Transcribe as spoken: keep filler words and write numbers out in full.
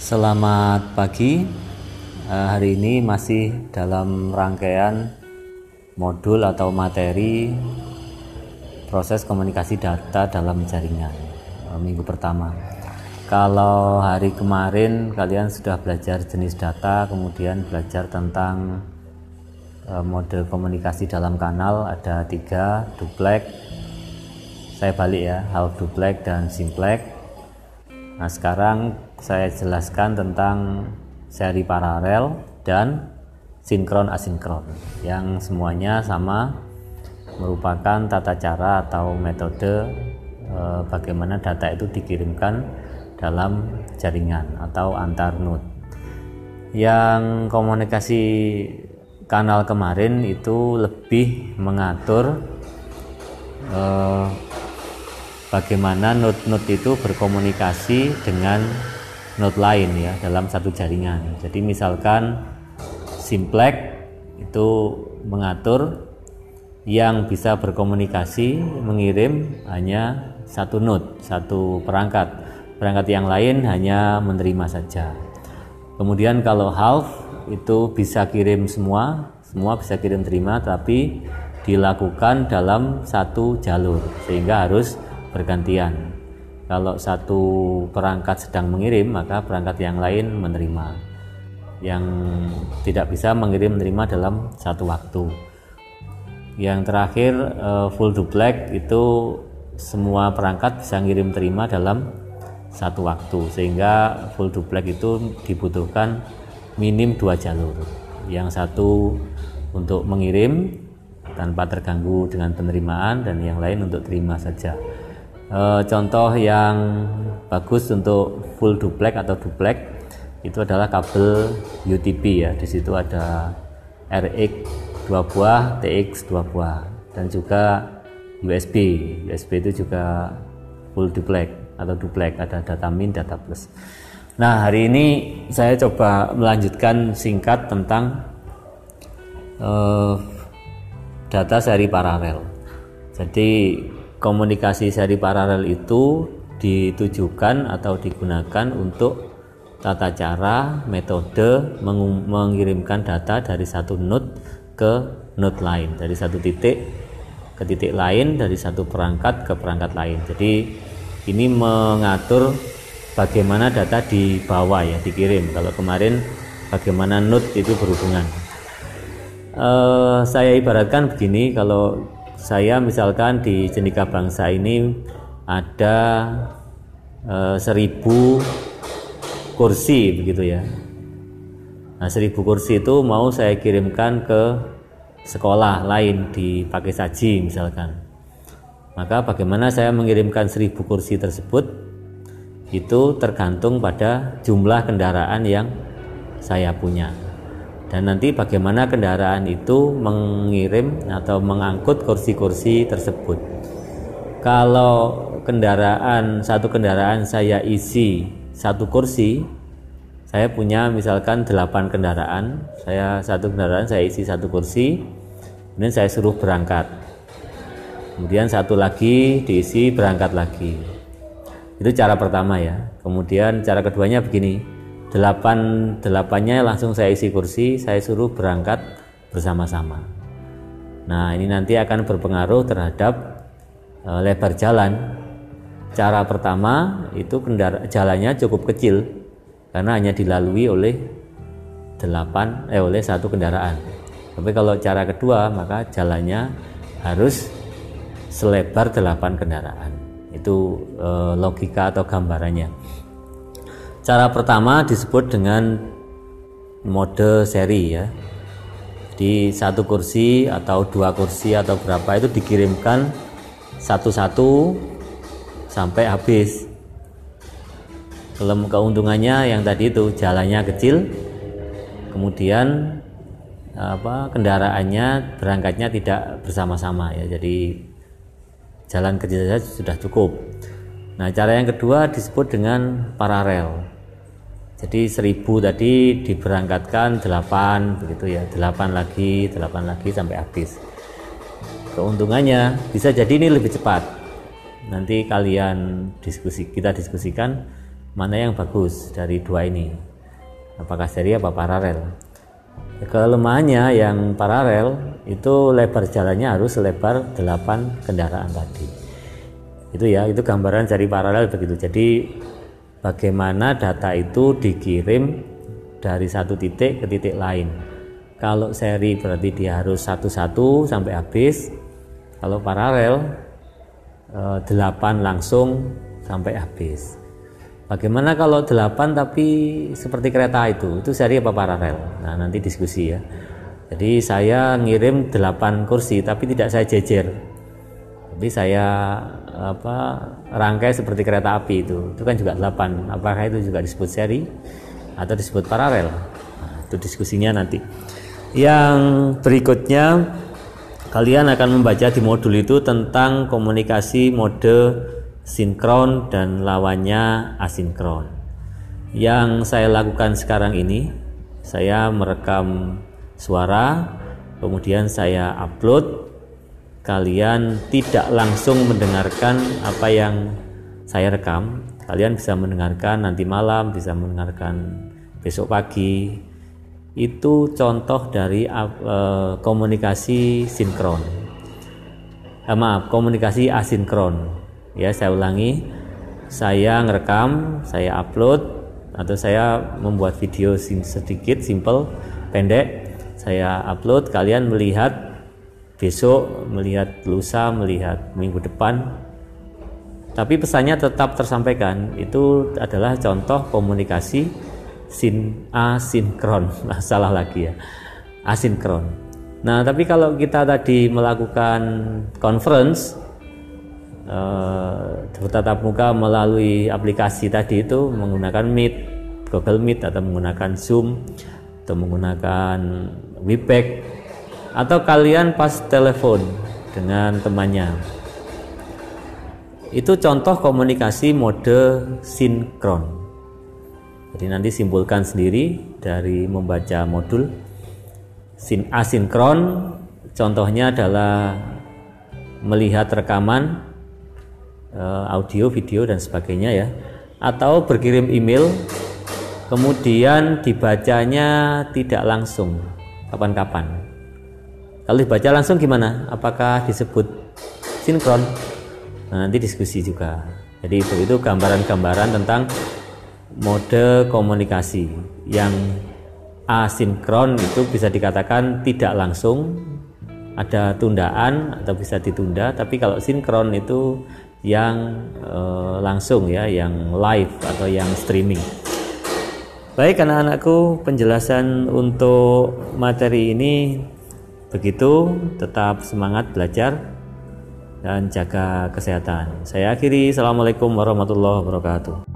Selamat pagi. Hari ini masih dalam rangkaian modul atau materi proses komunikasi data dalam jaringan minggu pertama. Kalau hari kemarin kalian sudah belajar jenis data, kemudian belajar tentang model komunikasi dalam kanal, ada tiga, duplex, saya balik ya, half duplex dan simplex. Nah, sekarang saya jelaskan tentang seri paralel dan sinkron asinkron yang semuanya sama, merupakan tata cara atau metode e, bagaimana data itu dikirimkan dalam jaringan atau antar node. Yang komunikasi kanal kemarin itu lebih mengatur e, bagaimana node-node itu berkomunikasi dengan node lain ya dalam satu jaringan. Jadi misalkan simplex itu mengatur yang bisa berkomunikasi mengirim hanya satu node, satu perangkat. Perangkat yang lain hanya menerima saja. Kemudian kalau half itu bisa kirim semua, semua bisa kirim terima, tapi dilakukan dalam satu jalur sehingga harus bergantian. Kalau satu perangkat sedang mengirim, maka perangkat yang lain menerima. Yang tidak bisa mengirim menerima dalam satu waktu. Yang terakhir full duplex itu semua perangkat bisa ngirim terima dalam satu waktu, sehingga full duplex itu dibutuhkan minim dua jalur. Yang satu untuk mengirim tanpa terganggu dengan penerimaan, dan yang lain untuk terima saja. E, contoh yang bagus untuk full duplex atau duplex itu adalah kabel U T P ya. Di situ ada R X dua buah, T X dua buah, dan juga U S B. U S B itu juga full duplex atau duplex, ada data min, data plus. Nah, hari ini saya coba melanjutkan singkat tentang uh, data seri paralel. Jadi komunikasi seri paralel itu ditujukan atau digunakan untuk tata cara, metode meng- mengirimkan data dari satu node ke node lain, dari satu titik ke titik lain, dari satu perangkat ke perangkat lain. Jadi ini mengatur bagaimana data dibawa ya, dikirim. Kalau kemarin bagaimana node itu berhubungan. Uh, saya ibaratkan begini, kalau saya misalkan di Jenika Bangsa ini ada uh, seribu kursi begitu ya. Nah, seribu kursi itu mau saya kirimkan ke sekolah lain di Pakesaji misalkan. Maka bagaimana saya mengirimkan seribu kursi tersebut itu tergantung pada jumlah kendaraan yang saya punya. Dan nanti bagaimana kendaraan itu mengirim atau mengangkut kursi-kursi tersebut. Kalau kendaraan satu kendaraan saya isi satu kursi, saya punya misalkan delapan kendaraan, saya satu kendaraan saya isi satu kursi, kemudian saya suruh berangkat. Kemudian satu lagi diisi, berangkat lagi. Itu cara pertama ya. Kemudian cara keduanya begini. Delapan delapannya langsung saya isi kursi, saya suruh berangkat bersama-sama. Nah, ini nanti akan berpengaruh terhadap e, lebar jalan. Cara pertama itu kendara, jalannya cukup kecil karena hanya dilalui oleh delapan eh oleh satu kendaraan. Tapi kalau cara kedua maka jalannya harus selebar delapan kendaraan. Itu e, logika atau gambarannya. Cara pertama disebut dengan mode seri ya. Di satu kursi atau dua kursi atau berapa itu dikirimkan satu-satu sampai habis. Keuntungannya yang tadi itu jalannya kecil, kemudian apa kendaraannya berangkatnya tidak bersama-sama ya. Jadi jalan kecil saja sudah cukup. Nah, cara yang kedua disebut dengan paralel. Jadi seribu tadi diberangkatkan delapan begitu ya, delapan lagi, delapan lagi sampai habis. Keuntungannya bisa jadi ini lebih cepat. Nanti kalian diskusi, kita diskusikan mana yang bagus dari dua ini, apakah seri apa paralel. Kelemahannya yang paralel itu lebar jalannya harus selebar delapan kendaraan tadi. Itu ya, itu gambaran seri paralel begitu. Jadi bagaimana data itu dikirim dari satu titik ke titik lain. Kalau seri berarti dia harus satu-satu sampai habis. Kalau paralel delapan langsung sampai habis. Bagaimana kalau delapan tapi seperti kereta itu? Itu seri apa paralel? Nah, nanti diskusi ya. Jadi saya ngirim delapan kursi tapi tidak saya jejer. Tapi saya apa rangkai seperti kereta api itu. Itu kan juga delapan. Apakah itu juga disebut seri atau disebut paralel? Nah, itu diskusinya nanti. Yang berikutnya kalian akan membaca di modul itu tentang komunikasi mode sinkron dan lawannya asinkron. Yang saya lakukan sekarang ini, saya merekam suara, kemudian saya upload. Kalian tidak langsung mendengarkan apa yang saya rekam. Kalian bisa mendengarkan nanti malam, bisa mendengarkan besok pagi. Itu contoh dari uh, komunikasi sinkron. Eh, maaf, komunikasi asinkron. Ya, saya ulangi. Saya ngerekam, saya upload atau saya membuat video sedikit, simple, pendek. Saya upload, kalian melihat besok, melihat lusa, melihat minggu depan. Tapi pesannya tetap tersampaikan. Itu adalah contoh komunikasi sin asinkron. Nah, salah lagi ya. Asinkron. Nah, tapi kalau kita tadi melakukan conference eh, bertatap muka melalui aplikasi tadi itu menggunakan Meet, Google Meet atau menggunakan Zoom atau menggunakan Webex atau kalian pas telepon dengan temannya. Itu contoh komunikasi mode sinkron. Jadi nanti simpulkan sendiri dari membaca modul. Sin asinkron contohnya adalah melihat rekaman audio, video dan sebagainya ya, atau berkirim email kemudian dibacanya tidak langsung kapan-kapan. Kalau dibaca langsung gimana? Apakah disebut sinkron? Nah, nanti diskusi juga. Jadi itu itu gambaran-gambaran tentang mode komunikasi. Yang asinkron itu bisa dikatakan tidak langsung, ada tundaan atau bisa ditunda. Tapi kalau sinkron itu yang e, langsung ya, yang live atau yang streaming. Baik anak-anakku, penjelasan untuk materi ini begitu. Tetap semangat belajar dan jaga kesehatan. Saya akhiri. Assalamualaikum warahmatullahi wabarakatuh.